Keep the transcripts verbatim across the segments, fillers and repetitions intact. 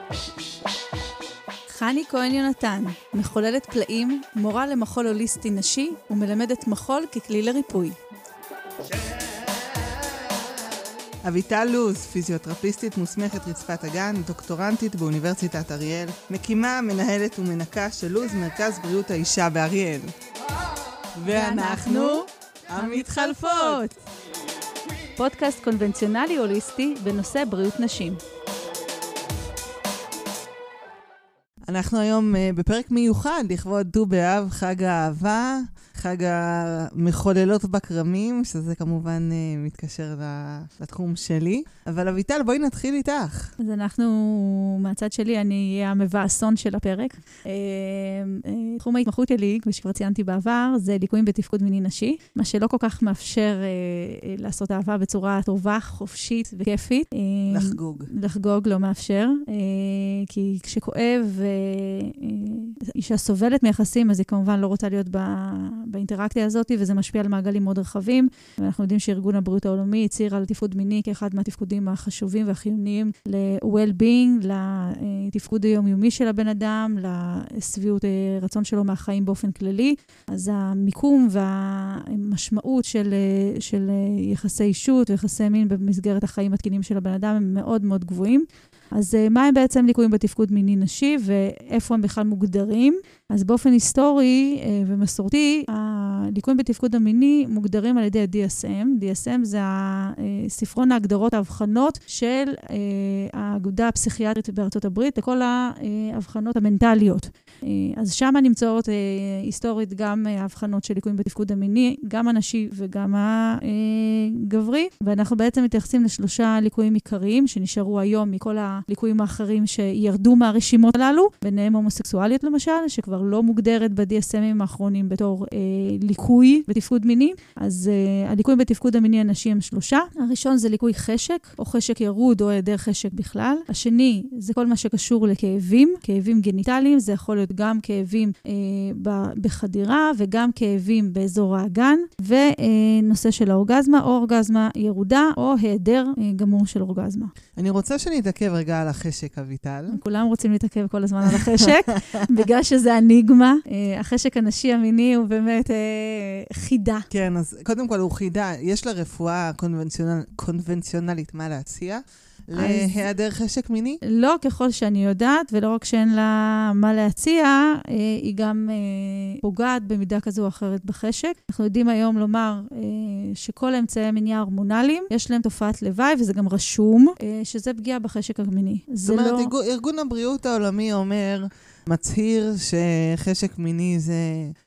חני כהן יונתן, מחוללת פלאים, מורה למחול הוליסטי נשי ומלמדת מחול ככלי לריפוי. אביטל לוז, פיזיותרפיסטית מוסמכת רצפת הגן, דוקטורנטית באוניברסיטת אריאל, מקימה, מנהלת ומנקה של לוז מרכז בריאות האישה באריאל. ואנחנו המתחלפות. פודקאסט קונבנציונלי הוליסטי בנושא בריאות נשים. אנחנו היום בפרק מיוחד לכבוד ט"ו באב, חג האהבה, חג המחוללות בכרמים, שזה כמובן מתקשר לתחום שלי. אבל אביטל, בואי נתחיל איתך. אז אנחנו, מהצד שלי, אני אהיה המבאסון של הפרק. תחום ההתמחות שלי, כמו שכבר ציינתי בעבר, זה ליקויים בתפקוד מיני נשי, מה שלא כל כך מאפשר לעשות אהבה בצורה טובה, חופשית וכיפית. לחגוג. לחגוג לא מאפשר, כי כשכואב אישה סובלת מיחסים, אז היא כמובן לא רוצה להיות באינטראקציה הזאת, וזה משפיע על מעגלים מאוד רחבים. ואנחנו יודעים שארגון הבריאות העולמי הצהיר על תפקוד מיני כאחד מהתפקודים החשובים והחיוניים ל-well-being, לתפקוד היומיומי של הבן אדם, לסביעות רצון שלו מהחיים באופן כללי. אז המיקום והמשמעות של, של יחסי אישות ויחסי מין במסגרת החיים התקינים של הבן אדם הם מאוד מאוד גבוהים. אז מה הם בעצם ליקויים בתפקוד מיני נשי ואיפה הם בכלל מוגדרים? אז באופן היסטורי ומסורתי, הליקויים בתפקוד המיני מוגדרים על ידי ה-די אס אם. די אס אם זה ספרון ההגדרות ההבחנות של האגודה הפסיכיאטרית בארצות הברית, לכל ההבחנות המנטליות. אז שם נמצאות היסטורית גם ההבחנות של ליקויים בתפקוד המיני, גם הנשי וגם הגברי, ואנחנו בעצם מתייחסים לשלושה ליקויים עיקריים שנשארו היום מכל הליקויים האחרים שירדו מהרשימות הללו, ביניהם הומוסקסואליות למשל, שכבר לא מוגדרת ב-די אס אם האחרונים בתור אה, ליקוי בתפקוד מיני. אז אה, הליקויים בתפקוד המיני הנשי הם שלושה. הראשון זה ליקוי חשק, או חשק ירוד, או היעדר חשק בכלל. השני זה כל מה שקשור לכאבים, כאבים גניטליים, זה יכול להיות גם כאבים אה, בחדירה, וגם כאבים באזור האגן, ונושא של האורגזמה, או אורגזמה ירודה, או היעדר אה, גמור של אורגזמה. אני רוצה שנתעכב רגע על החשק, אביטל. כולם רוצים להתעכב כל הזמן על החשק, בגלל שזה אניגמה. החשק הנשי המיני הוא באמת חידה. כן, אז קודם כל הוא חידה. יש לה רפואה קונבנציונל, קונבנציונלית מה להציע? להיעדר חשק מיני? לא, ככל שאני יודעת, ולא רק שאין לה מה להציע, היא גם פוגעת במידה כזו או אחרת בחשק. אנחנו יודעים היום לומר שכל האמצעי מניעה הורמונליים, יש להם תופעת לוואי, וזה גם רשום, שזה פגיעה בחשק המיני. זאת אומרת, לא... ארגון הבריאות העולמי אומר, מצהיר שחשק מיני זה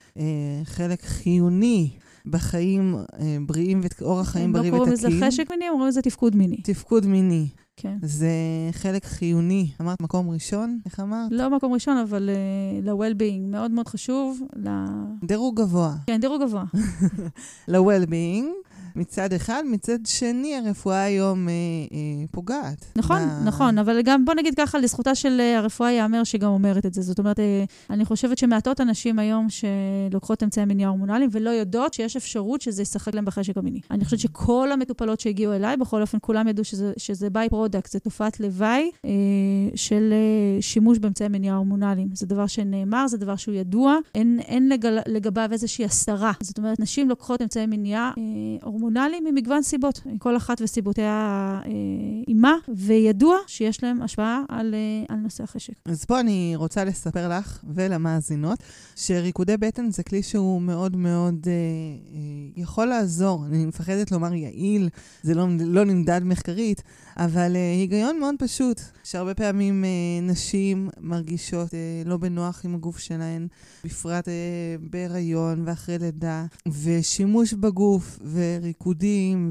חלק חיוני, בחיים בריאים ואורח חיים בריא ותקין. לא קוראים לזה חשק מיני, אומרים לזה תפקוד מיני. תפקוד מיני. כן. זה חלק חיוני. אמרת מקום ראשון? איך אמרת? לא מקום ראשון, אבל ל-well-being. מאוד מאוד חשוב. דירוג גבוה. כן, דירוג גבוה. ל-well-being. מצד אחד, מצד שני, הרפואה היום אה, אה, פוגעת. נכון, ב... נכון, אבל גם בוא נגיד ככה, לזכותה של הרפואה יאמר שהיא גם אומרת את זה. זאת אומרת, אה, אני חושבת שמעטות אנשים היום שלוקחות אמצעי מניעה הורמונליים, ולא יודעות שיש אפשרות שזה ישחק להם בחשק המיני. אני חושבת שכל המטופלות שהגיעו אליי, בכל אופן, כולם ידעו שזה, שזה ביי פרודקט, זה תופעת לוואי אה, של אה, שימוש באמצעי מניעה הורמונליים. זה דבר שנאמר, זה דבר שהוא ידוע, אין, אין לגל, לגביו איזושהי הסתרה. זאת אומרת, נשים לוקחות אמצעי מניעה אה, הורמונליים, הורמונליים ממגוון סיבות, כל אחת וסיבותיה אימה, וידוע שיש להם השפעה על, על נושא החשק. אז פה אני רוצה לספר לך ולמאזינות, שריקודי בטן זה כלי שהוא מאוד מאוד אה, אה, יכול לעזור. אני מפחדת לומר יעיל, זה לא, לא נמדד מחקרית, אבל אה, היגיון מאוד פשוט, שהרבה פעמים אה, נשים מרגישות אה, לא בנוח עם הגוף שלהן, בפרט אה, בהיריון ואחרי לידה, ושימוש בגוף וריקודים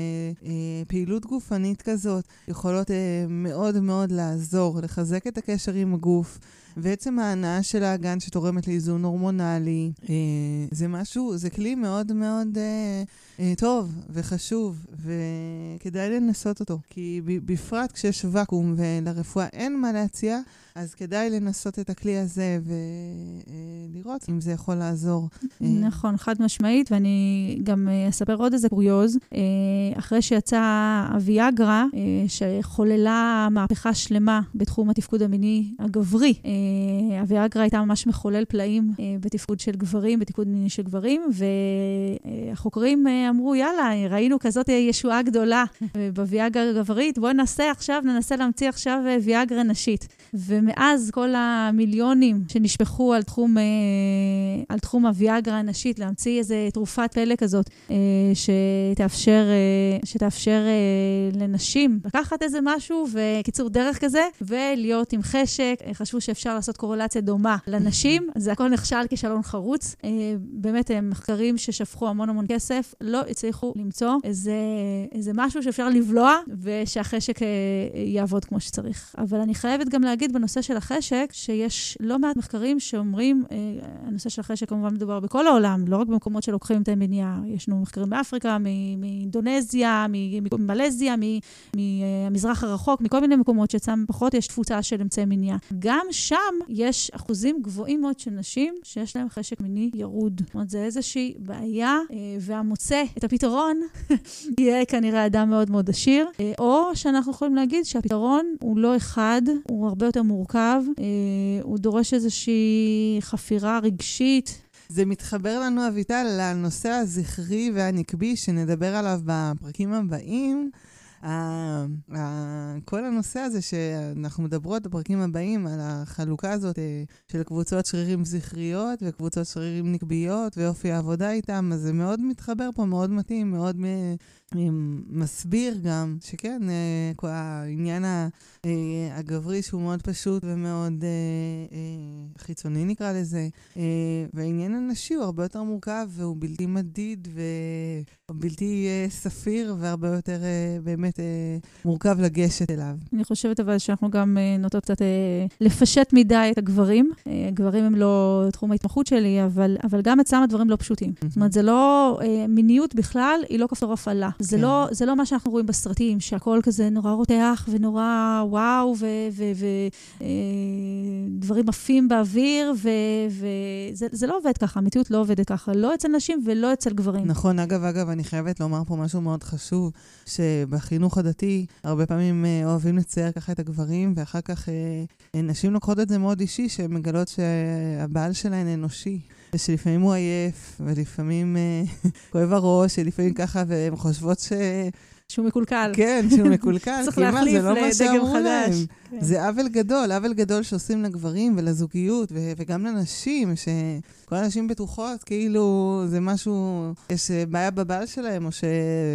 ופעילות גופנית כזאת יכולות מאוד מאוד לעזור, לחזק את הקשר עם הגוף, ועצם ההנאה של האגן שתורמת לאיזון הורמונלי, אה, זה משהו, זה כלי מאוד מאוד אה, אה, טוב וחשוב, וכדאי לנסות אותו. כי בפרט כשיש וקום ולרפואה אין מה להציע, אז כדאי לנסות את הכלי הזה ולראות אם זה יכול לעזור. נכון, חד משמעית, ואני גם אספר עוד איזה קוריוז. אחרי שיצאה הוויאגרה, שחוללה מהפכה שלמה בתחום התפקוד המיני הגברי, הוויאגרה הייתה ממש מחולל פלאים בתפקוד של גברים, בתפקוד מיני של גברים, והחוקרים אמרו, יאללה, ראינו כזאת ישועה גדולה בוויאגרה הגברית, בואו ננסה עכשיו, ננסה להמציא עכשיו ויאגרה נשית. ומאז כל המיליונים שנשפכו על תחום, על תחום הוויאגרה הנשית, להמציא איזו תרופת פלא כזאת, שתאפשר, שתאפשר לנשים לקחת איזה משהו, וקיצור דרך כזה, ולהיות עם חשק. חשבו שאפשר לעשות קורלציה דומה לנשים, זה הכל נכשל כשלון חרוץ. באמת, מחקרים ששפכו המון המון כסף, לא הצליחו למצוא איזה, איזה משהו שאפשר לבלוע, ושהחשק יעבוד כמו שצריך. אבל אני חייבת גם להגיד בנושא של החשק, שיש לא מעט מחקרים שאומרים, אה, הנושא של החשק כמובן מדובר בכל העולם, לא רק במקומות שלוקחים את המניעה. ישנו מחקרים באפריקה, מאינדונזיה, ממלזיה, מהמזרח הרחוק, מכל מיני מקומות שאצלם פחות יש תפוצה של אמצעי מניעה. גם שם יש אחוזים גבוהים מאוד של נשים שיש להם חשק מיני ירוד. זאת אומרת, זה איזושהי בעיה, אה, והמוצא את הפתרון יהיה כנראה אדם מאוד מאוד עשיר, אה, או שאנחנו יכולים להגיד שהפתרון הוא לא אחד, הוא הרבה יותר מורכב, אה, הוא דורש איזושהי חפירה רגשית. זה מתחבר לנו, אביטל, לנושא הזכרי והנקבי שנדבר עליו בפרקים הבאים. כל הנושא הזה שאנחנו מדברות בפרקים הבאים על החלוקה הזאת של קבוצות שרירים זכריות וקבוצות שרירים נקביות ואופי העבודה איתם, אז זה מאוד מתחבר פה, מאוד מתאים, מאוד מסביר גם שכן, העניין הגברי שהוא מאוד פשוט ומאוד חיצוני נקרא לזה, והעניין הנשי הוא הרבה יותר מורכב והוא בלתי מדיד ובלתי ספיר והרבה יותר באמת מורכב לגשת אליו. אני חושבת אבל שאנחנו גם נוטות קצת לפשט מדי את הגברים. הגברים הם לא תחום ההתמחות שלי, אבל, אבל גם אצלם הדברים לא פשוטים. זאת אומרת, זה לא, מיניות בכלל היא לא כפתור הפעלה. זה לא, זה לא מה שאנחנו רואים בסרטים, שהכל כזה נורא רותח ונורא וואו, ודברים עפים באוויר, וזה זה לא עובד ככה, המציאות לא עובדת ככה, לא אצל נשים ולא אצל גברים. נכון, אגב, אגב, אני חייבת לומר פה משהו מאוד חשוב, שבחינוך הדתי, הרבה פעמים אוהבים לצייר ככה את הגברים, ואחר כך נשים לוקחות את זה מאוד אישי, שהן מגלות שהבעל שלהן אנושי. ושלפעמים הוא עייף, ולפעמים כואב הראש, שלפעמים ככה, והן חושבות ש... שהוא מקולקל. כן, שהוא מקולקל. צריך להחליף לדגם חדש. זה עוול גדול, עוול גדול שעושים לגברים ולזוגיות, וגם לנשים, שכל הנשים בטוחות, כאילו זה משהו, יש בעיה בבעל שלהם, או ש...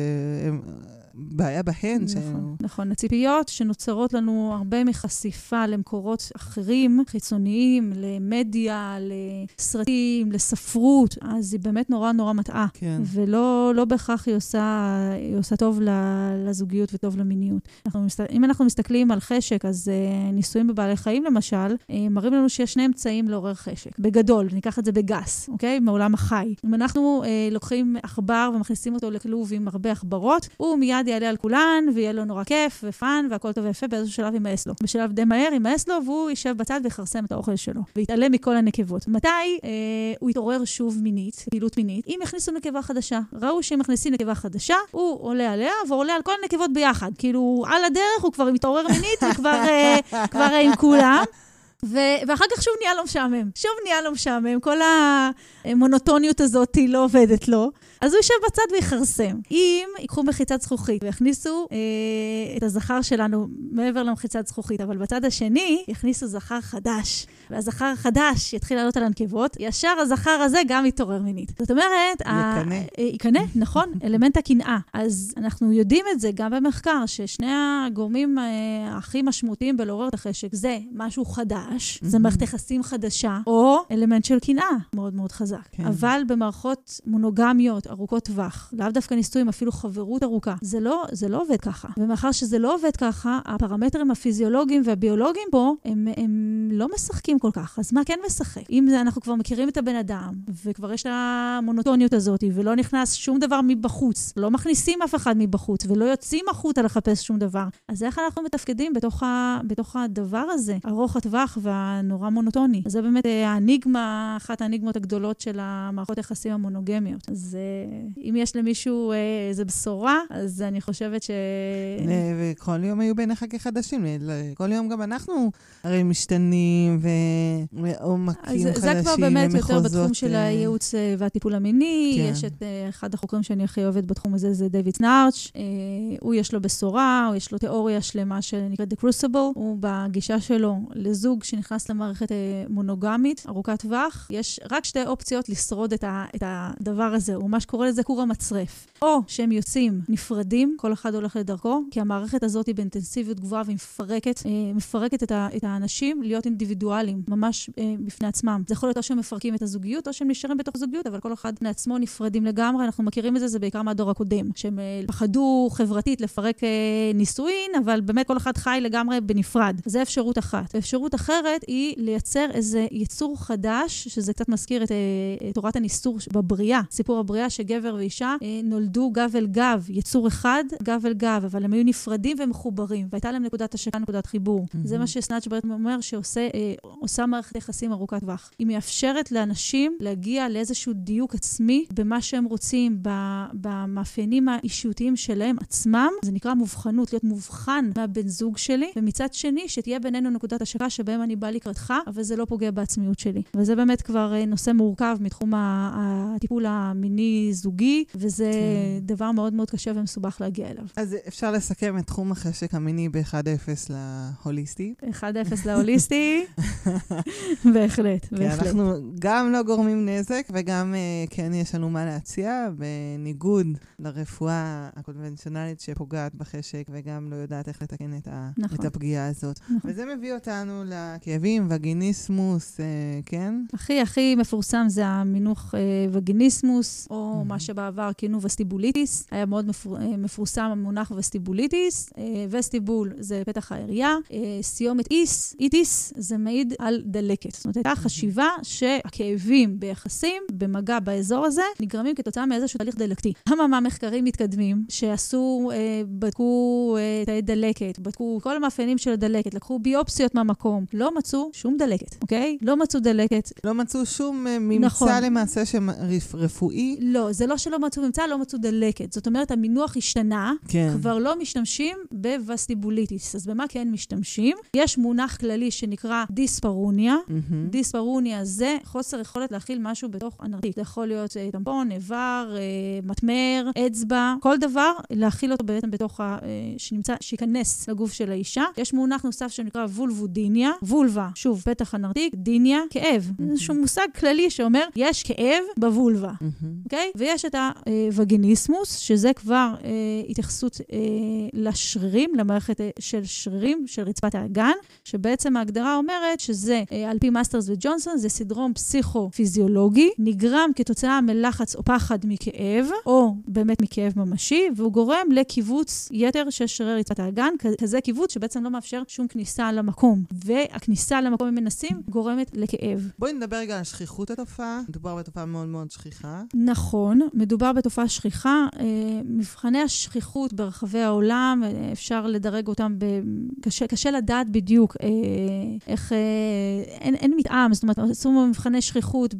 בעיה בהן. נכון, נכון. הציפיות שנוצרות לנו הרבה מחשיפה למקורות אחרים, חיצוניים, למדיה, לסרטים, לספרות, אז היא באמת נורא נורא מטעה. כן. ולא לא בהכרח היא עושה, היא עושה טוב לזוגיות וטוב למיניות. אנחנו, אם אנחנו מסתכלים על חשק, אז ניסויים בבעלי חיים למשל, מראים לנו שיש שני אמצעים לעורר חשק. בגדול, ניקח את זה בגס, אוקיי? מעולם החי. אם אנחנו לוקחים עכבר ומכניסים אותו לכלוב עם הרבה עכברות, הוא מיד יעלה על כולן, ויהיה לו נורא כיף ופן, והכל טוב ויפה, באיזשהו שלב יימאס לו. בשלב די מהר יימאס לו, והוא יישב בצד ויחרסם את האוכל שלו, ויתעלם מכל הנקבות. מתי אה, הוא יתעורר שוב מינית, פעילות מינית? אם יכניסו נקבה חדשה. ראו שאם מכניסים נקבה חדשה, הוא עולה עליה, ועולה על כל הנקבות ביחד. כאילו, על הדרך הוא כבר מתעורר מינית, וכבר אה, כבר עם כולם. ו- ואחר כך שוב נהיה לו משעמם. שוב נהיה לו משעמם. כל המונוטוניות הזאת לא עובדת לו. אז הוא יושב בצד ויחרסם. אם ייקחו מחיצת זכוכית ויכניסו אה, את הזכר שלנו מעבר למחיצת זכוכית, אבל בצד השני יכניסו זכר חדש. והזכר החדש יתחיל לעלות על הנקבות, ישר הזכר הזה גם יתעורר מינית. זאת אומרת, יקנה. ה- יקנה, נכון, אלמנט הקנאה. אז אנחנו יודעים את זה גם במחקר, ששני הגורמים אה, הכי משמעותיים בלעורר את החשק, זה משהו חדש, זה מערכת יחסים חדשה, או אלמנט של קנאה מאוד מאוד חזק. כן. אבל במערכות מונוגמיות, ארוכות טווח, לאו דווקא ניסויים, אפילו חברות ארוכה. זה לא, זה לא עובד ככה. ומאחר שזה לא עובד ככה, הפרמטרים הפיזיולוגיים והביולוגיים פה, הם, הם לא משחקים כל כך. אז מה כן משחק? אם זה, אנחנו כבר מכירים את הבן אדם, וכבר יש לה מונוטוניות הזאת, ולא נכנס שום דבר מבחוץ, לא מכניסים אף אחד מבחוץ, ולא יוצאים החוצה לחפש שום דבר. אז איך אנחנו מתפקדים בתוך, ה, בתוך הדבר הזה, ארוך הטווח והנורא מונוטוני? אז זה באמת האניגמה, אחת האניגמות הגדולות של המערכות היחסים המונוגמיות. אז אם יש למישהו איזו בשורה, אז אני חושבת ש... וכל יום היו בעיניך כחדשים. כל יום גם אנחנו הרי משתנים ועומקים חדשים. זה כבר באמת יותר בתחום של הייעוץ והטיפול המיני. יש את אחד החוקרים שאני הכי אוהבת בתחום הזה, זה דיוויד נארץ'. הוא יש לו בשורה, הוא יש לו תיאוריה שלמה שנקראת The Crucible. הוא בגישה שלו לזוג שנכנס למערכת מונוגמית, ארוכת טווח. יש רק שתי אופציות לשרוד את, ה, את הדבר הזה. הוא ממש קורא לזה כור המצרף. או שהם יוצאים נפרדים, כל אחד הולך לדרכו, כי המערכת הזאת היא באינטנסיביות גבוהה והיא מפרקת, אה, מפרקת את, ה, את האנשים להיות אינדיבידואלים, ממש אה, בפני עצמם. זה יכול להיות או שהם מפרקים את הזוגיות, או שהם נשארים בתוך זוגיות, אבל כל אחד מעצמו נפרדים לגמרי. אנחנו מכירים את זה, זה בעיקר מהדור הקודם, שהם אה, פחדו חברתית לפרק אה, נישואין, אבל באמת כל אחד חי לגמרי בנפרד. זה אפשרות אחת. ואפשרות אחרת היא לייצר איזה יצור חדש, שזה קצת מזכיר את אה, תורת הניסור בבריאה, סיפור הבריאה שגבר ואישה אה, נולדו גב אל גב, יצור אחד, גב אל גב, אבל הם היו נפרדים ומחוברים, והייתה להם נקודת השקה, נקודת חיבור. Mm-hmm. זה מה שסנאץ' ברטמן אומר, שעושה, אה, עושה מערכת יחסים ארוכת טווח. היא מאפשרת לאנשים להגיע לאיזשהו דיוק עצמי, במה שהם רוצים, במאפיינים האישיותיים שלהם עצמם. זה נקרא מובחנות, להיות מובחן מהבן זוג שלי, ומצד שני, שתהיה בינינו נקודת השקה, שבהם אני בא לקראתך, אבל זה לא פוגע בעצמיות שלי. וזה באמת כבר אה, נושא מורכב מתחום הטיפול המיני זוגי, וזה דבר מאוד מאוד קשה ומסובך להגיע אליו. אז אפשר לסכם את תחום החשק המיני ב-אחד אפס להוליסטי? אחד אפס להוליסטי, בהחלט, כי בהחלט. אנחנו גם לא גורמים נזק, וגם כן יש לנו מה להציע, בניגוד לרפואה הקונבנציונלית שפוגעת בחשק, וגם לא יודעת איך לתקן את, ה- נכון. את הפגיעה הזאת. נכון. וזה מביא אותנו לכאבים, וגיניסמוס, כן? הכי הכי מפורסם זה המינוח וגיניסמוס, או מה שבעבר כינו וסטיבוליטיס. היה מאוד מפור... מפורסם המונח וסטיבוליטיס. וסטיבול זה פתח העירייה. סיומת איס, איטיס, זה מעיד על דלקת. זאת אומרת, הייתה חשיבה שהכאבים ביחסים, במגע באזור הזה, נגרמים כתוצאה מאיזשהו תהליך דלקתי. הממה מחקרים מתקדמים שעשו, בדקו תאי דלקת, בדקו כל המאפיינים של הדלקת, לקחו ביופסיות מהמקום, לא מצאו שום דלקת, אוקיי? לא מצאו דלקת. לא מצאו שום ממצא נכון. למעשה רפואי? לא, זה לא שלא מצאו ממצא, לא מצאו דלקת. זאת אומרת, המינוח השתנה, כן. כבר לא משתמשים בווסטיבוליטיס. אז במה כן משתמשים? יש מונח כללי שנקרא דיספרוניה. Mm-hmm. דיספרוניה זה חוסר יכולת להכיל משהו בתוך הנרתיק. זה יכול להיות אה, טמפון, איבר, אה, מטמר, אצבע, כל דבר, להכיל אותו בעצם בתוך ה... אה, שנמצא, שיכנס לגוף של האישה. יש מונח נוסף שנקרא וולבודיניה. וולבה, שוב, פתח הנרתיק, דיניה, כאב. Mm-hmm. איזשהו מושג כללי שאומר, יש כאב בוולבה. Mm-hmm. אוקיי? ויש את הווגיניסמוס, שזה כבר אה, התייחסות אה, לשרירים, למערכת אה, של שרירים, של רצפת האגן, שבעצם ההגדרה אומרת שזה, אה, על פי מאסטרס וג'ונסון, זה סדרום פסיכו-פיזיולוגי, נגרם כתוצאה מלחץ או פחד מכאב, או באמת מכאב ממשי, והוא גורם לקיבוץ יתר של שרירי רצפת האגן, כזה קיבוץ שבעצם לא מאפשר שום כניסה למקום, והכניסה למקום הם מנסים גורמת לכאב. בואי נדבר רגע על שכיחות התופעה. מדובר בתופעה מאוד מאוד שכיחה. נכון, מדובר בתופעה שכיחה. מבחני השכיחות ברחבי העולם, אפשר לדרג אותם, קשה, קשה לדעת בדיוק איך, אין, אין מתאם, זאת אומרת, עשו מבחני שכיחות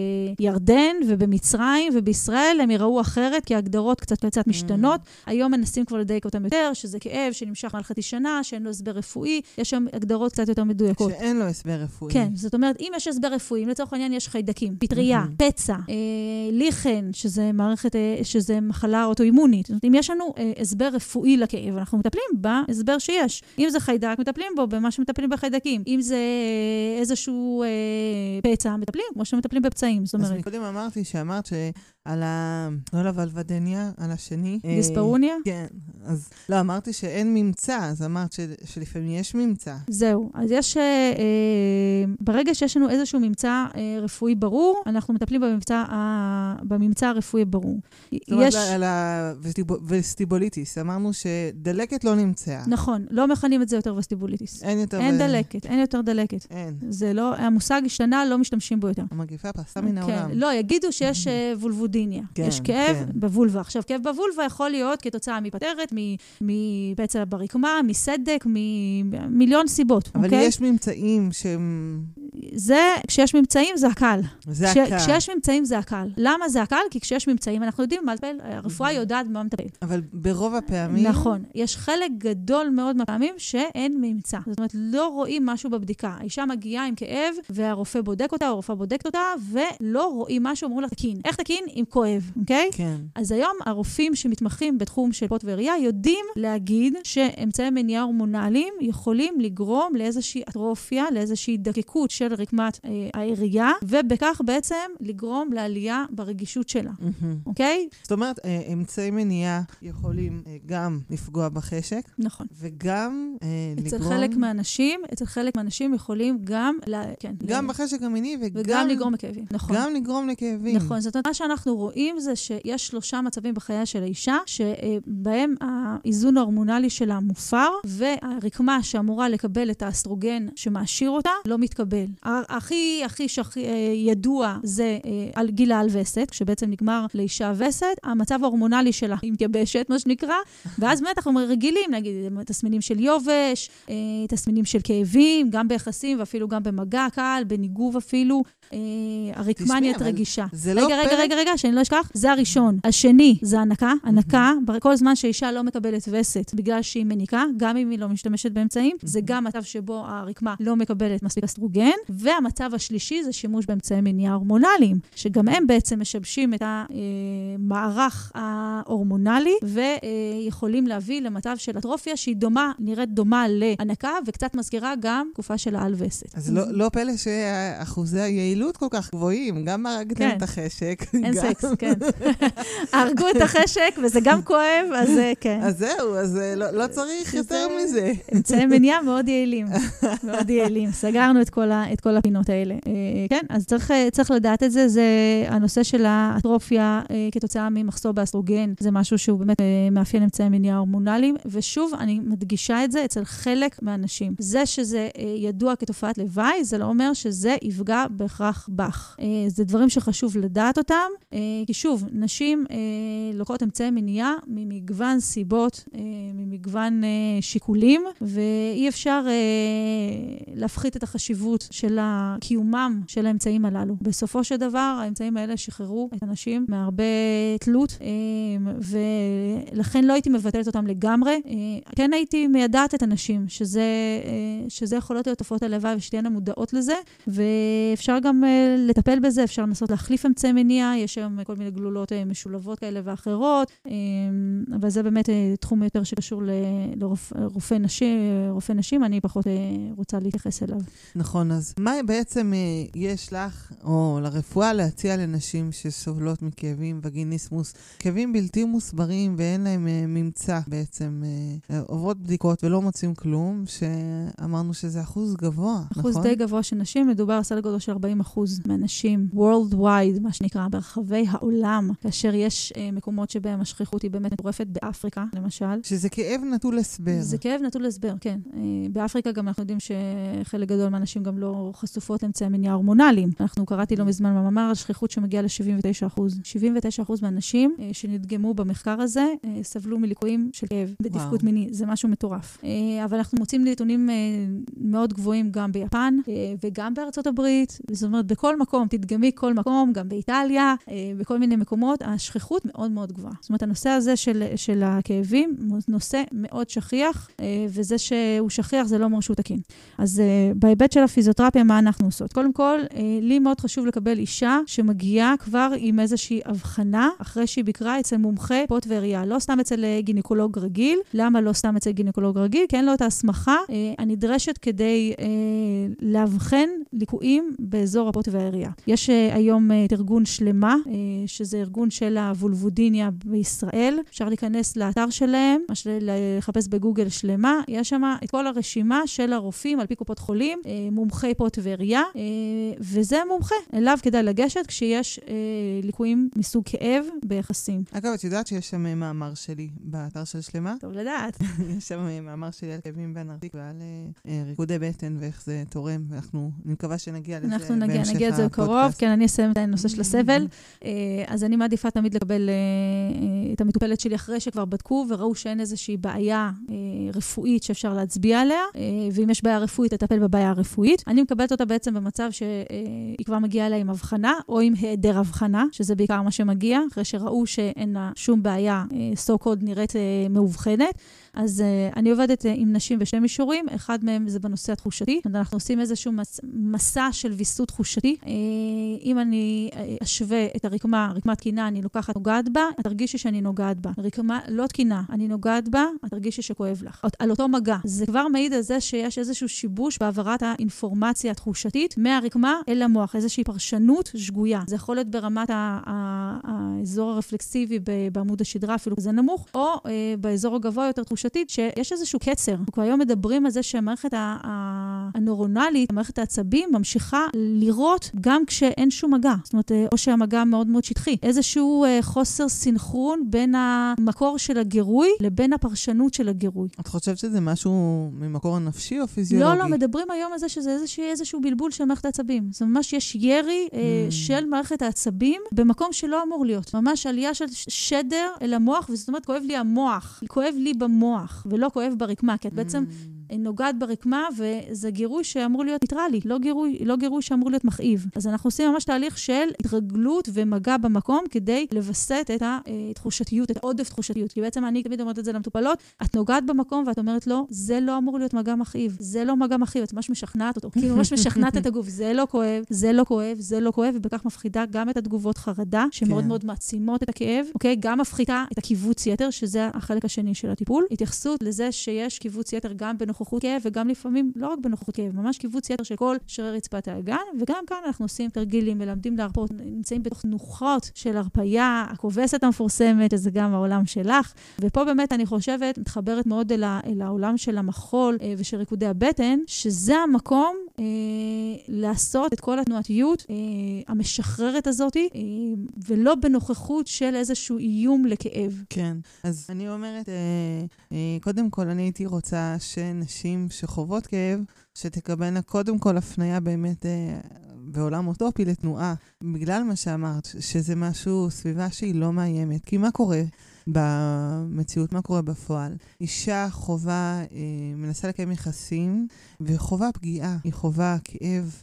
בירדן ובמצרים ובישראל, הם יראו אחרת, כי ההגדרות קצת קצת משתנות. היום מנסים כבר לדייק אותם יותר, שזה כאב שנמשך מעל חצי שנה, שאין לו הסבר רפואי, יש שם הגדרות קצת יותר מדויקות. שאין לו הסבר רפואי. כן, זאת אומרת, אם יש הסבר רפואי, אם לצורך העניין יש חיידקים, פטריה, פצע, ליכן, שזה מערכת, שזה מחלה אוטואימונית. זאת אומרת, אם יש לנו הסבר רפואי לכאב, אנחנו מטפלים בהסבר שיש. אם זה חיידק, מטפלים בו במה שמטפלים בחיידקים. אם זה איזשהו פצע, מטפלים כמו שמטפלים בפצעים. זאת אומרת. אז מקודם אמרתי שאמרת על ה... לא לבלבדניה, על השני. דיספרוניה? כן. אז לא, אמרתי שאין ממצא, אז אמרת ש... שלפעמים יש ממצא. זהו. אז יש, אה, ברגע שיש לנו איזשהו ממצא אה, רפואי ברור, אנחנו מטפלים בממצא, ה... בממצא הרפואי ברור. זאת אומרת, יש... על הווסטיבוליטיס, אמרנו שדלקת לא נמצאה. נכון, לא מכנים את זה יותר וסטיבוליטיס. אין יותר... אין דלקת, אין יותר דלקת. אין. זה לא, המושג השתנה, לא משתמשים בו יותר. המגיפה פסה מן העולם. כן, לא, יגידו שיש וולבודיניה. יש כאב בוולבה. עכשיו, כאב בוולבה יכול להיות כתוצאה מפטרת, מפצע ברקמה, מסדק, ממיליון סיבות. אבל יש ממצאים שהם... זה, כשיש ממצאים, זה הקל. זה הקל. כשיש ממצאים, זה הקל. למה זה הקל? כי כשיש ממצאים, אנחנו יודעים מה לטפל, הרפואה יודעת מה מטפל. אבל ברוב הפעמים... נכון. יש חלק גדול מאוד מהפעמים שאין ממצא. זאת אומרת, לא רואים משהו בבדיקה. האישה מגיעה עם כאב, והרופא בודק אותה, הרופאה בודקת אותה, ולא רואים משהו, אמרו לה תקין. איך תקין? עם כואב, אוקיי? כן. אז היום הרופאים שמתמחים בתחום של פות וראייה יודעים להגיד שאמצעי מניעה הורמונליים יכולים לגרום לאיזושהי אטרופיה, לאיזושהי דקקות של רקמת אה, העירייה, ובכך בעצם לגרום לעלייה ברגישות שלה. Mm-hmm. אוקיי? זאת אומרת, אה, אמצעי מניעה יכולים אה, גם לפגוע בחשק. נכון. וגם אה, אצל לגרום... חלק מהאנשים, אצל חלק מהאנשים יכולים גם... לה, כן, גם לה... בחשק המיני וגם... וגם לגרום לכאבים. נכון. גם לגרום לכאבים. נכון. זאת אומרת, מה שאנחנו רואים זה שיש שלושה מצבים בחייה של האישה, שבהם האיזון ההורמונלי שלה מופר, והרקמה שאמורה לקבל את האסטרוגן שמעשיר אותה, לא מתקבל. הכי, הכי שכ... ידוע זה על גיל ההלווסת, כשבעצם נגמר לאישה הווסת, המצב ההורמונלי שלה היא מתייבשת, מה שנקרא, ואז באמת אנחנו רגילים, נגיד, תסמינים של יובש, תסמינים של כאבים, גם ביחסים ואפילו גם במגע קל, בניגוב אפילו, הרקמה נהיית רגישה. רגע, לא רגע, רגע, רגע, שאני לא אשכח, זה הראשון. השני זה הנקה, הנקה, כל זמן שאישה לא מקבלת וסת בגלל שהיא מניקה, גם אם היא לא משתמשת באמצעים, זה גם מצב שבו הרקמה לא מקבלת מספיק אסטרוגן, והמצב השלישי זה שימוש באמצעי מניעה הורמונליים, שגם הם בעצם משבשים את המערך ההורמונלי, ויכולים להביא למצב של אטרופיה שהיא דומה, נראית דומה להנקה, וקצת מזכירה גם תקופה של ההלווסת. אז לא, לא פלא שאחוזי היעילות כל כך גבוהים, גם הרגת להם את החשק. אין סקס, כן. הרגו את החשק, וזה גם כואב, אז כן. אז זהו, אז לא, לא צריך יותר מזה. אמצעי מניעה מאוד יעילים. מאוד יעילים. סגרנו את כל, ה, את כל הפינות האלה. כן, אז צריך, צריך לדעת את זה. זה הנושא של האטרופיה כתוצאה ממחסור באסטרוגן. זה משהו שהוא באמת מאפיין אמצעי מניעה הורמונליים. ושוב, אני מדגישה את זה אצל חלק מהאנשים. זה שזה ידוע כתופעת לוואי, זה לא אומר שזה יפגע בהכרח בך. זה דברים שחשוב לדעת אותם. כי שוב, נשים לוקחות אמצעי מניעה ממגוון סיבות, ממגוון שיקולים, ואי אפשר להפחית את החשיבות של קיומם של האמצעים הללו. בסופו של דבר, האמצעים האלה שחררו את הנשים מהרבה תלות, ולכן לא הייתי מבטלת אותם לגמרי. כן הייתי מיידעת את הנשים, שזה, שזה יכולות להיות תופעות הלוואי ושתהיינה מודעות לזה, ואפשר גם לטפל בזה, אפשר לנסות להחליף אמצעי מניעה, יש היום כל מיני גלולות משולבות כאלה ואחרות, אבל זה באמת תחום יותר שקשור לרופא נשים, רופא נשים, אני פחות רוצה להתייחס אליו. נכון, אז מה בעצם יש לך, או לרפואה, להציע לנשים שסובלות מכאבים וגיניסמוס, כאבים בלתי מוסברים ואין להם ממצא בעצם, עוברות בדיקות ולא מוצאים כלום, שאמרנו שזה אחוז גבוה, אחוז נכון? אחוז די גבוה של נשים, מדובר על סדר גודל של ארבעים אחוז מהנשים, worldwide, מה שנקרא, ברחבי העולם, כאשר יש מקומות שבהם השכיחות היא באמת מטורפת, באפריקה, למשל. שזה כאב נטול הסבר. זה כאב נטול הסבר, כן. באפריקה גם אנחנו יודעים שחלק גדול מהנשים גם לא חשופות אמצעי מניעה הורמונליים. אנחנו קראתי לא מזמן במאמר, השכיחות שמגיעה ל-שבעים ותשעה אחוז. שבעים ותשעה אחוז מהנשים שנדגמו במחקר הזה, סבלו מליקויים של כאב בתפקוד מיני. זה משהו מטורף. אבל אנחנו מוצאים נתונים מאוד גבוהים גם ביפן וגם בארצות הברית. זאת אומרת, בכל מקום, תדגמי כל מקום, גם באיטליה, בכל מיני מקומות, השכיחות מאוד מאוד גבוהה. זאת אומרת, הנושא הזה של, של הכאבים, נושא מאוד שכיח, וזה שהוא שכיח זה לא אומר שהוא תקין. אז בהיבט של הפיזיותרפיה, בפיזיותרפיה, מה אנחנו עושות? קודם כל, לי מאוד חשוב לקבל אישה שמגיעה כבר עם איזושהי הבחנה, אחרי שהיא ביקרה אצל מומחה פות וריאה. לא סתם אצל גינקולוג רגיל. למה לא סתם אצל גינקולוג רגיל? כי אין לו את ההסמכה הנדרשת כדי להבחן ליקויים באזור הפות והריאה. יש היום ארגון שלמה, שזה ארגון של הוולבודיניה בישראל. אפשר להיכנס לאתר שלהם, לחפש בגוגל שלמה. יש שם את כל הרשימה של הרופאים על פי קופות חולים, מומחי פות וריאה, וזה מומחה. אליו כדאי לגשת כשיש ליקויים מסוג כאב ביחסים. אגב, את יודעת שיש שם מאמר שלי באתר של שלמה? טוב לדעת. יש שם מאמר שלי על כאבים באנרתיק ועל ריקודי בטן ואיך זה תורם, ואנחנו נקווה שנגיע לזה בהמשך אנחנו נגיע, נגיע לזה קרוב, כן, אני אסיים את הנושא של הסבל. אז אני מעדיפה תמיד לקבל את המטופלת שלי אחרי שכבר בדקו וראו שאין איזושהי בעיה רפואית שאפשר להצביע עליה, ואם יש בעיה רפואית, תטפל בבעיה הרפואית. אני מקבלת אותה בעצם במצב שהיא כבר מגיעה אליה עם הבחנה, או עם היעדר הבחנה, שזה בעיקר מה שמגיע, אחרי שראו שאין לה שום בעיה, so called נראית מאובחנת. אז uh, אני עובדת uh, עם נשים בשני מישורים, אחד מהם זה בנושא התחושתי, אנחנו עושים איזשהו מס, מסע של ויסות תחושתי. Uh, אם אני uh, אשווה את הרקמה, רקמה תקינה, אני לוקחת נוגעת בה, את תרגישי שאני נוגעת בה. רקמה לא תקינה, אני נוגעת בה, את תרגישי שכואב לך. על אותו מגע. זה כבר מעיד על זה שיש איזשהו שיבוש בעברת האינפורמציה התחושתית מהרקמה אל המוח, איזושהי פרשנות שגויה. זה יכול להיות ברמת האזור הרפלקסיבי בעמוד השדרה, אפילו זה נמוך, או uh, באזור הגבוה יותר תחושתי, שיש איזשהו קצר. אנחנו היום מדברים על זה שהמערכת הנוירונלית, המערכת העצבים, ממשיכה לראות גם כשאין שום מגע. זאת אומרת, או שהמגע מאוד מאוד שטחי. איזשהו חוסר סינכרון בין המקור של הגירוי לבין הפרשנות של הגירוי. את חושבת שזה משהו ממקור הנפשי או פיזיולוגי? לא, לא, מדברים היום על זה שזה איזשהו, איזשהו בלבול של מערכת העצבים. זאת ממש יש ירי mm. של מערכת העצבים במקום שלא אמור להיות. ממש עלייה של שדר אל המוח, וזאת אומרת, כואב לי המוח. כואב לי במוח. ולא כואב ברקמה, כי את בעצם נוגעת ברקמה, וזה גירוי שאמור להיות ניטרלי, לא גירוי, לא גירוי שאמור להיות מכאיב. אז אנחנו עושים ממש תהליך של התרגלות ומגע במקום, כדי לבסט את התחושתיות, את העודף תחושתיות. כי בעצם אני תמיד אומרת את זה למטופלות, את נוגעת במקום ואת אומרת לו, זה לא אמור להיות מגע מכאיב, זה לא מגע מכאיב, את ממש משכנעת אותו, כאילו ממש משכנעת את הגוף, זה לא כואב, זה לא כואב, זה לא כואב, ובכך מפחידה גם את התגובות חרדה, שמאוד מאוד מעצימות את הכאב, אוקיי? גם מפחיתה את הקיבוץ יתר, שזה החלק השני של הטיפול. התייחסות לזה שיש קיבוץ יתר גם בנוכחות כאב, וגם לפעמים לא רק בנוכחות כאב, ממש קיבוץ יתר של כל שרירי רצפת האגן, וגם כאן אנחנו עושים תרגילים, מלמדים להרפות, נמצאים בתוך תנוחות של הרפיה, הכובסת המפורסמת, שזה גם העולם שלך, ופה באמת אני חושבת, מתחברת מאוד אל, אל העולם של המחול אה, ושל ריקודי הבטן, שזה המקום אה, לעשות את כל התנועתיות אה, המשחררת הזאת, אה, ולא בנוכחות של איזשהו איום לכאב. כן, אז אני אומרת, אה, אה, קודם כל אני הייתי רוצה שנשים שחוות כאב, שתקבלנה קודם כל הפניה באמת אה, בעולם אוטופי לתנועה, בגלל מה שאמרת, שזה משהו, סביבה שהיא לא מאיימת. כי מה קורה במציאות, מה קורה בפועל? אישה חובה, אה, מנסה לקיים יחסים, וחובה פגיעה. היא חובה כאב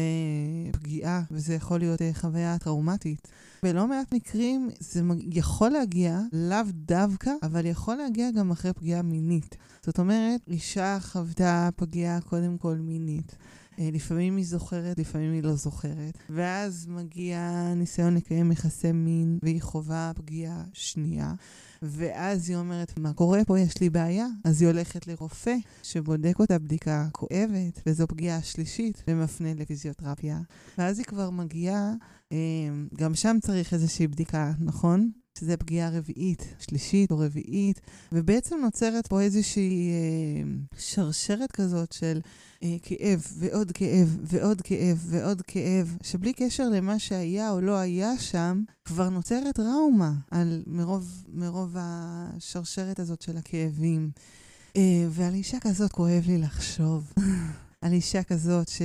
ופגיעה, וזה יכול להיות אה, חוויה טראומטית. בלא מעט מקרים זה יכול להגיע, לאו דווקא, אבל יכול להגיע גם אחרי פגיעה מינית. זאת אומרת, אישה חוותה פגיעה קודם כל מינית. לפעמים היא זוכרת, לפעמים היא לא זוכרת. ואז מגיע ניסיון לקיים יחסי מין, והיא חובה פגיעה שנייה. ואז היא אומרת, מה קורה פה? יש לי בעיה. אז היא הולכת לרופא שבודק אותה בדיקה כואבת, וזו פגיעה שלישית, ומפנה לפיזיותרפיה. ואז היא כבר מגיעה, גם שם צריך איזושהי בדיקה, נכון? שזה פגיעה רביעית, שלישית או רביעית, ובעצם נוצרת פה איזושהי אה, שרשרת כזאת של אה, כאב ועוד כאב ועוד כאב ועוד כאב, שבלי קשר למה שהיה או לא היה שם, כבר נוצרת טראומה על מרוב, מרוב השרשרת הזאת של הכאבים. אה, ועל אישה כזאת כואב לי לחשוב. על אישה כזאת ש,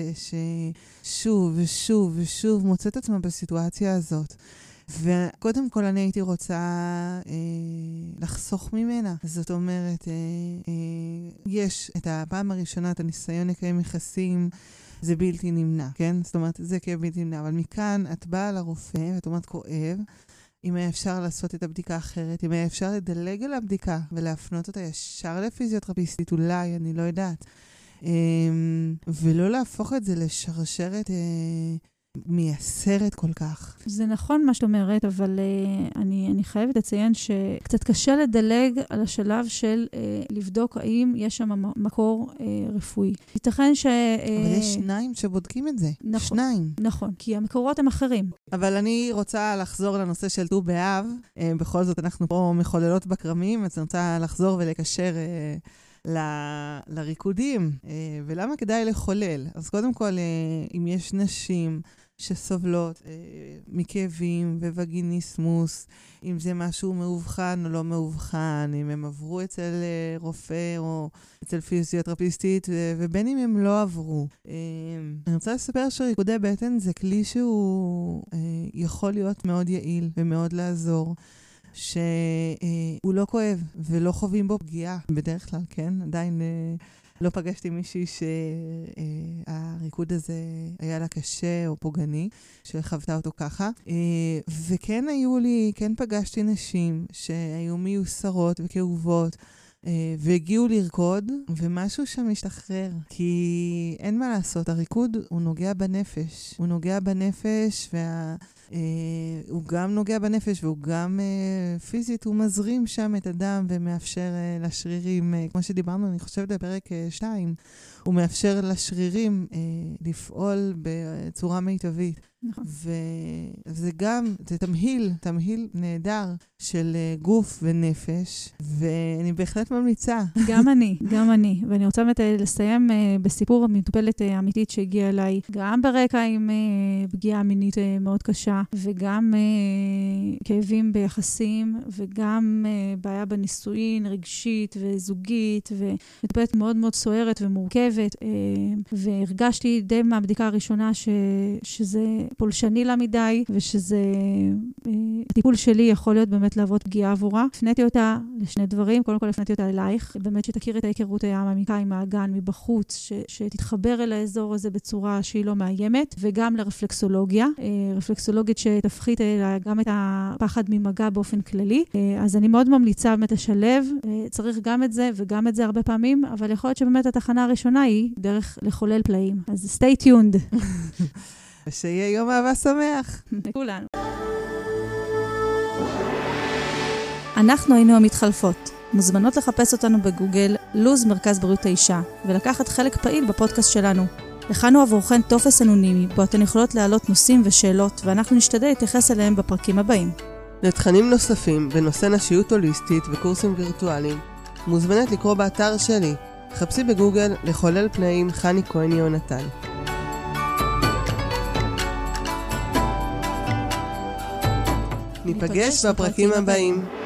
ששוב ושוב ושוב מוצאת עצמה בסיטואציה הזאת. וקודם כל אני הייתי רוצה אה, לחסוך ממנה. זאת אומרת, אה, אה, יש את הפעם הראשונה, את הניסיון לקיים יחסים, זה בלתי נמנע, כן? זאת אומרת, זה כאב בלתי נמנע. אבל מכאן את באה לרופא ואת אומרת כואב, אם היה אפשר לעשות את הבדיקה אחרת, אם היה אפשר לדלג על הבדיקה ולהפנות אותה ישר לפיזיותרפיסטית, אולי, אני לא יודעת. ולא להפוך את זה לשרשרת מייסרת כל כך. זה נכון מה שאת אומרת, אבל uh, אני, אני חייבת לציין שקצת קשה לדלג על השלב של uh, לבדוק האם יש שם מקור uh, רפואי. ייתכן ש... Uh, אבל יש שניים שבודקים את זה. נכון. שניים. נכון, כי המקורות הם אחרים. אבל אני רוצה לחזור לנושא של ט"ו באב. Uh, בכל זאת אנחנו פה מחוללות בקרמים, אז אני רוצה לחזור ולקשר... Uh, ל- לריקודים, ולמה כדאי לחולל. אז קודם כל, אם יש נשים שסובלות מכאבים וווגיניסמוס, אם זה משהו מאובחן או לא מאובחן, אם הם עברו אצל רופא או אצל פיזיותרפיסטית, ובין אם הם לא עברו. אני רוצה לספר שריקודי בטן זה כלי שהוא יכול להיות מאוד יעיל ומאוד לעזור. שהוא לא כואב ולא חווים בו פגיעה. בדרך כלל, כן, עדיין לא פגשתי מישהי שהריקוד הזה היה לה קשה או פוגעני, שחוותה אותו ככה. וכן היו לי, כן פגשתי נשים שהיו מיוסרות וכאובות, והגיעו לרקוד, ומשהו שם משתחרר. כי אין מה לעשות, הריקוד הוא נוגע בנפש. הוא נוגע בנפש, וה... Uh, הוא גם נוגע בנפש, והוא גם uh, פיזית, הוא מזרים שם את הדם ומאפשר uh, לשרירים, uh, כמו שדיברנו, אני חושבת בפרק שתיים, הוא מאפשר לשרירים uh, לפעול בצורה מיטבית. נכון. וזה גם, זה תמהיל, תמהיל נהדר של uh, גוף ונפש, ואני בהחלט ממליצה. גם אני, גם אני. ואני רוצה באמת לסיים uh, בסיפור המטופלת uh, אמיתית שהגיעה אליי, גם ברקע עם uh, פגיעה מינית uh, מאוד קשה, וגם uh, כאבים ביחסים, וגם uh, בעיה בנישואין, רגשית וזוגית, ומטופלת מאוד מאוד סוערת ומורכבת, uh, והרגשתי די מהבדיקה הראשונה ש, שזה פולשני לה מדי, ושזה, uh, הטיפול שלי יכול להיות באמת לעבוד פגיעה עבורה. הפניתי אותה לשני דברים, קודם כל הפניתי אותה אלייך, באמת שתכיר את ההיכרות המעמיקה עם האגן מבחוץ, ש, שתתחבר אל האזור הזה בצורה שהיא לא מאיימת, וגם לרפלקסולוגיה, uh, רפלקסולוגית שתפחית אליה גם את הפחד ממגע באופן כללי. אז אני מאוד ממליצה באמת לשלב, צריך גם את זה וגם את זה הרבה פעמים, אבל יכול להיות שבאמת התחנה הראשונה היא דרך לחולל פלאים. אז stay tuned. שיהיה יום אהבה שמח. לכולנו. אנחנו היינו המתחלפות. מוזמנות לחפש אותנו בגוגל, לוז מרכז בריאות האישה, ולקחת חלק פעיל בפודקאסט שלנו. הכנו עבורכן טופס אנונימי, בו אתן יכולות להעלות נושאים ושאלות, ואנחנו נשתדל להתייחס אליהם בפרקים הבאים. לתכנים נוספים בנושא נשיות הוליסטית וקורסים וירטואליים, מוזמנת לקרוא באתר שלי. חפשי בגוגל לחולל פלאים חני כהן יונתן. ניפגש בפרקים הבאים.